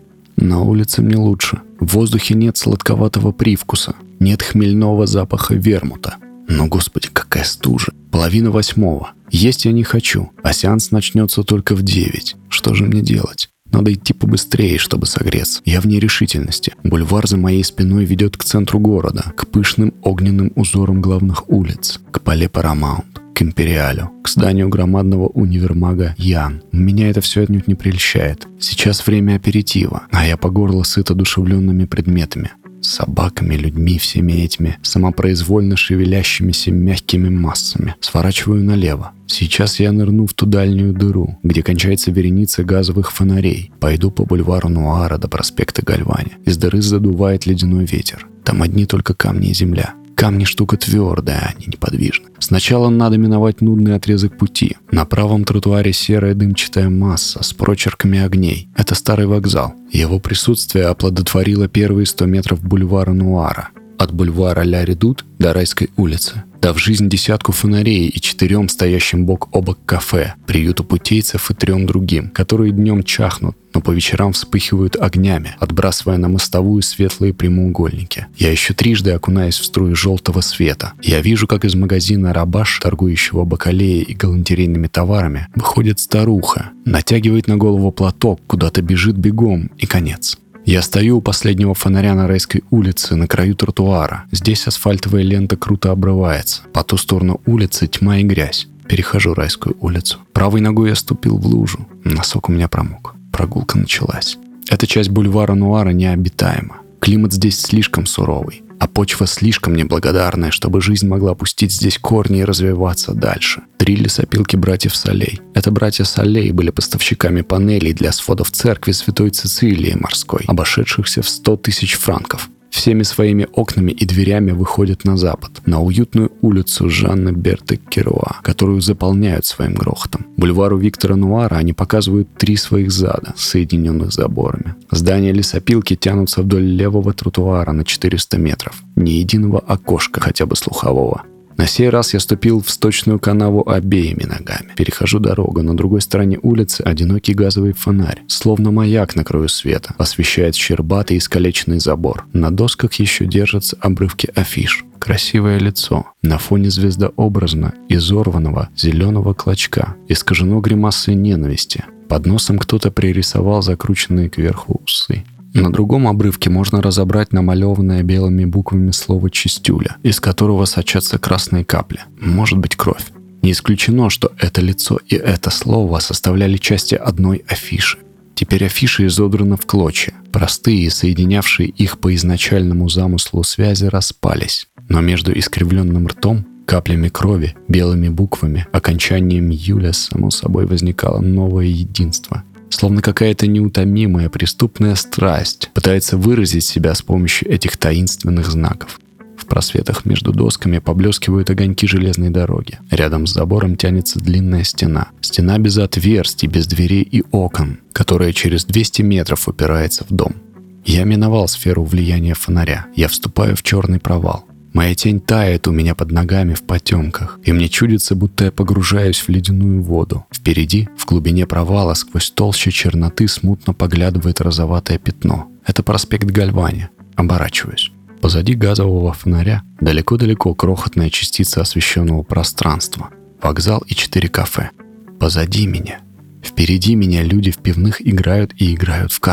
На улице мне лучше. В воздухе нет сладковатого привкуса. Нет хмельного запаха вермута. Но, господи, какая стужа. Половина восьмого. Есть я не хочу, а сеанс начнется только в девять. Что же мне делать? Надо идти побыстрее, чтобы согреться. Я в нерешительности. Бульвар за моей спиной ведет к центру города, к пышным огненным узорам главных улиц, к Пале Парамаунт, к Империалю, к зданию громадного универмага Ян. Меня это все отнюдь не прельщает. Сейчас время аперитива, а я по горло сыт одушевленными предметами. Собаками, людьми, всеми этими самопроизвольно шевелящимися мягкими массами. Сворачиваю налево. Сейчас я нырну в ту дальнюю дыру, где кончается вереница газовых фонарей. Пойду по бульвару Нуара до проспекта Гальвани. Из дыры задувает ледяной ветер. Там одни только камни и земля. Камни штука твердая, они неподвижны. Сначала надо миновать нудный отрезок пути. На правом тротуаре серая дымчатая масса с прочерками огней. Это старый вокзал. Его присутствие оплодотворило первые сто метров бульвара Нуара. От бульвара Ля Редут до Райской улицы. Дав жизнь десятку фонарей и четырем стоящим бок о бок кафе, приюту путейцев и трем другим, которые днем чахнут, но по вечерам вспыхивают огнями, отбрасывая на мостовую светлые прямоугольники. Я еще трижды окунаюсь в струи желтого света. Я вижу, как из магазина «Рабаш», торгующего бакалеей и галантерейными товарами, выходит старуха, натягивает на голову платок, куда-то бежит бегом, и конец. Я стою у последнего фонаря на Райской улице, на краю тротуара. Здесь асфальтовая лента круто обрывается. По ту сторону улицы тьма и грязь. Перехожу Райскую улицу. Правой ногой я ступил в лужу. Носок у меня промок. Прогулка началась. Эта часть бульвара Нуара необитаема. Климат здесь слишком суровый, а почва слишком неблагодарная, чтобы жизнь могла пустить здесь корни и развиваться дальше. Три лесопилки братьев Солей. Это братья Солей были поставщиками панелей для сводов церкви Святой Цицилии морской, обошедшихся в сто тысяч франков. Всеми своими окнами и дверями выходят на запад, на уютную улицу Жанны Берты Керуа, которую заполняют своим грохотом. Бульвару Виктора Нуара они показывают три своих зада, соединенных заборами. Здания лесопилки тянутся вдоль левого тротуара на четыреста метров. Ни единого окошка, хотя бы слухового. На сей раз я ступил в сточную канаву обеими ногами. Перехожу дорогу. На другой стороне улицы одинокий газовый фонарь, словно маяк на краю света, освещает щербатый искалеченный забор. На досках еще держатся обрывки афиш. Красивое лицо. На фоне звездообразно изорванного зеленого клочка. Искажено гримасой ненависти. Под носом кто-то пририсовал закрученные кверху усы. На другом обрывке можно разобрать намалеванное белыми буквами слово «чистюля», из которого сочатся красные капли. Может быть, кровь. Не исключено, что это лицо и это слово составляли части одной афиши. Теперь афиши изодраны в клочья. Простые, соединявшие их по изначальному замыслу связи, распались. Но между искривленным ртом, каплями крови, белыми буквами, окончанием «юля» само собой возникало новое единство. Словно какая-то неутомимая преступная страсть пытается выразить себя с помощью этих таинственных знаков. В просветах между досками поблескивают огоньки железной дороги. Рядом с забором тянется длинная стена. Стена без отверстий, без дверей и окон, которая через двести метров упирается в дом. Я миновал сферу влияния фонаря. Я вступаю в черный провал. Моя тень тает у меня под ногами в потемках, и мне чудится, будто я погружаюсь в ледяную воду. Впереди, в глубине провала, сквозь толщу черноты смутно поглядывает розоватое пятно. Это проспект Гальвани. Оборачиваюсь. Позади газового фонаря далеко-далеко крохотная частица освещенного пространства. Вокзал и четыре кафе. Позади меня. Впереди меня люди в пивных играют и играют в карты.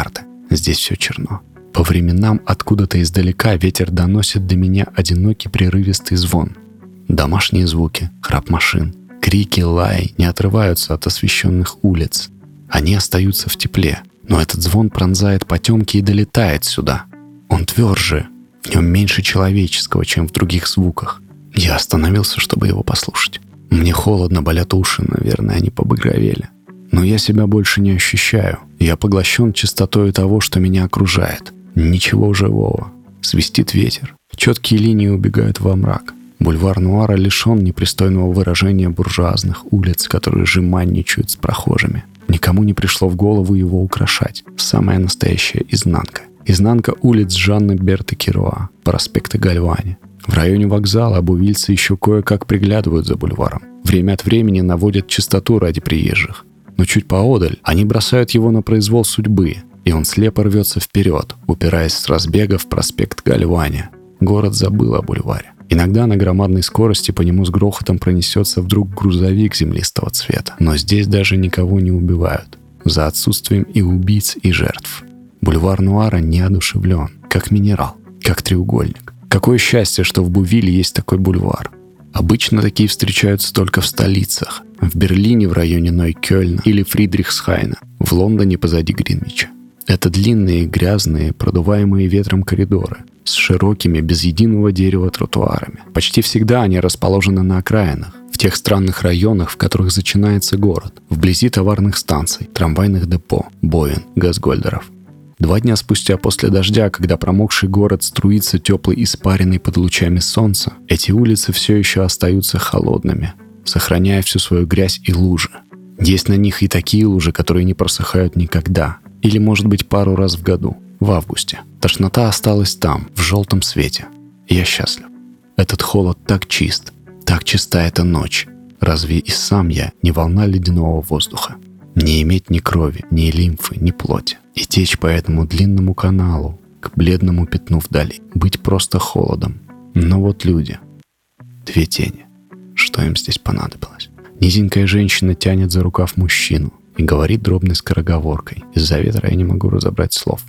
Здесь все черно. По временам откуда-то издалека ветер доносит до меня одинокий прерывистый звон. Домашние звуки, храп машин, крики, лай не отрываются от освещенных улиц. Они остаются в тепле, но этот звон пронзает потемки и долетает сюда. Он тверже, в нем меньше человеческого, чем в других звуках. Я остановился, чтобы его послушать. Мне холодно, болят уши, наверное, они побагровели. Но я себя больше не ощущаю. Я поглощен чистотой того, что меня окружает. Ничего живого. Свистит ветер. Четкие линии убегают во мрак. Бульвар Нуара лишен непристойного выражения буржуазных улиц, которые жеманничают с прохожими. Никому не пришло в голову его украшать. Самая настоящая изнанка. Изнанка улиц Жанны Берты Керуа, проспекта Гальвани. В районе вокзала обувильцы еще кое-как приглядывают за бульваром. Время от времени наводят чистоту ради приезжих. Но чуть поодаль они бросают его на произвол судьбы, и он слепо рвется вперед, упираясь с разбега в проспект Гальвани. Город забыл о бульваре. Иногда на громадной скорости по нему с грохотом пронесется вдруг грузовик землистого цвета. Но здесь даже никого не убивают. За отсутствием и убийц, и жертв. Бульвар Нуара неодушевлен, как минерал, как треугольник. Какое счастье, что в Бувиле есть такой бульвар. Обычно такие встречаются только в столицах. В Берлине в районе Нойкёльна или Фридрихсхайна, в Лондоне позади Гринвича. Это длинные, грязные, продуваемые ветром коридоры с широкими, без единого дерева тротуарами. Почти всегда они расположены на окраинах, в тех странных районах, в которых начинается город, вблизи товарных станций, трамвайных депо, боин, газгольдеров. Два дня спустя после дождя, когда промокший город струится теплой испариной под лучами солнца, эти улицы все еще остаются холодными, сохраняя всю свою грязь и лужи. Есть на них и такие лужи, которые не просыхают никогда, или, может быть, пару раз в году, в августе. Тошнота осталась там, в желтом свете. И я счастлив. Этот холод так чист, так чиста эта ночь. Разве и сам я не волна ледяного воздуха? Не иметь ни крови, ни лимфы, ни плоти. И течь по этому длинному каналу, к бледному пятну вдали. Быть просто холодом. Но вот люди. Две тени. Что им здесь понадобилось? Низенькая женщина тянет за рукав мужчину и говорит дробной скороговоркой. Из-за ветра я не могу разобрать слов.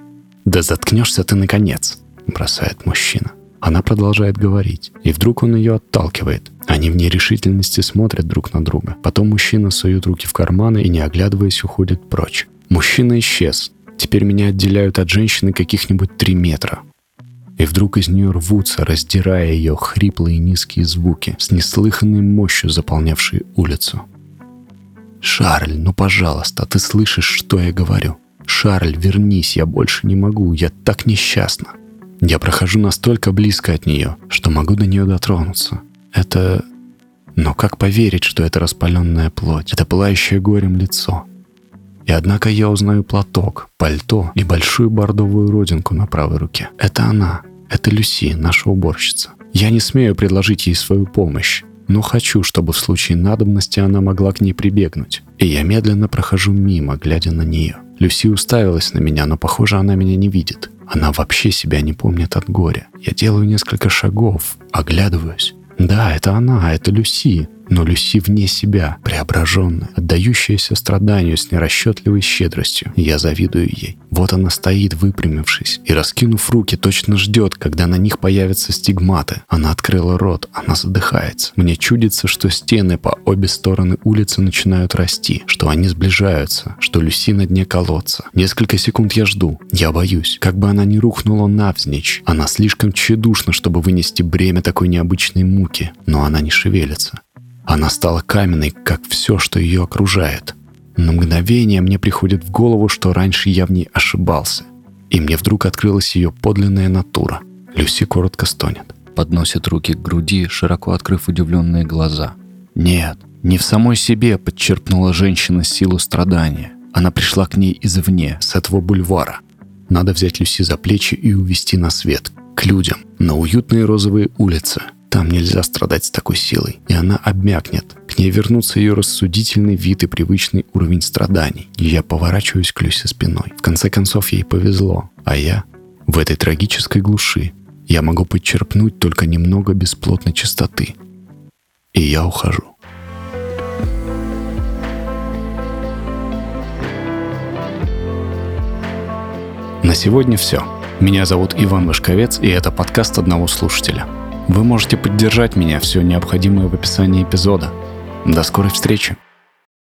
«Да заткнешься ты, наконец!» — бросает мужчина. Она продолжает говорить, и вдруг он ее отталкивает. Они в нерешительности смотрят друг на друга. Потом мужчина сует руки в карманы и, не оглядываясь, уходит прочь. Мужчина исчез. Теперь меня отделяют от женщины каких-нибудь три метра. И вдруг из нее рвутся, раздирая ее хриплые низкие звуки, с неслыханной мощью заполнявшие улицу. «Шарль, ну пожалуйста, ты слышишь, что я говорю? Шарль, вернись, я больше не могу, я так несчастна. Я прохожу настолько близко от нее, что могу до нее дотронуться. Это... Но как поверить, что это распаленная плоть, это пылающее горем лицо? И однако я узнаю платок, пальто и большую бордовую родинку на правой руке. Это она, это Люси, наша уборщица. Я не смею предложить ей свою помощь, но хочу, чтобы в случае надобности она могла к ней прибегнуть. И я медленно прохожу мимо, глядя на нее. Люси уставилась на меня, но, похоже, она меня не видит. Она вообще себя не помнит от горя. Я делаю несколько шагов, оглядываюсь. Да, это она, это Люси. Но Люси вне себя, преображенная, отдающаяся страданию с нерасчетливой щедростью. Я завидую ей. Вот она стоит, выпрямившись, и, раскинув руки, точно ждет, когда на них появятся стигматы. Она открыла рот, она задыхается. Мне чудится, что стены по обе стороны улицы начинают расти, что они сближаются, что Люси на дне колодца. Несколько секунд я жду. Я боюсь, как бы она не рухнула навзничь. Она слишком тщедушна, чтобы вынести бремя такой необычной муки. Но она не шевелится. Она стала каменной, как все, что ее окружает. На мгновение мне приходит в голову, что раньше я в ней ошибался. И мне вдруг открылась ее подлинная натура. Люси коротко стонет. Подносит руки к груди, широко открыв удивленные глаза. Нет, не в самой себе подчерпнула женщина силу страдания. Она пришла к ней извне, с этого бульвара. Надо взять Люси за плечи и увести на свет, к людям, на уютные розовые улицы. Там нельзя страдать с такой силой, и она обмякнет. К ней вернутся ее рассудительный вид и привычный уровень страданий. И я поворачиваюсь к Люсе спиной. В конце концов, ей повезло. А я в этой трагической глуши. Я могу подчерпнуть только немного бесплотной чистоты. И я ухожу. сегодня все. Меня зовут Иван Вышковец, и это подкаст одного слушателя. Вы можете поддержать меня, все необходимое в описании эпизода. До скорой встречи!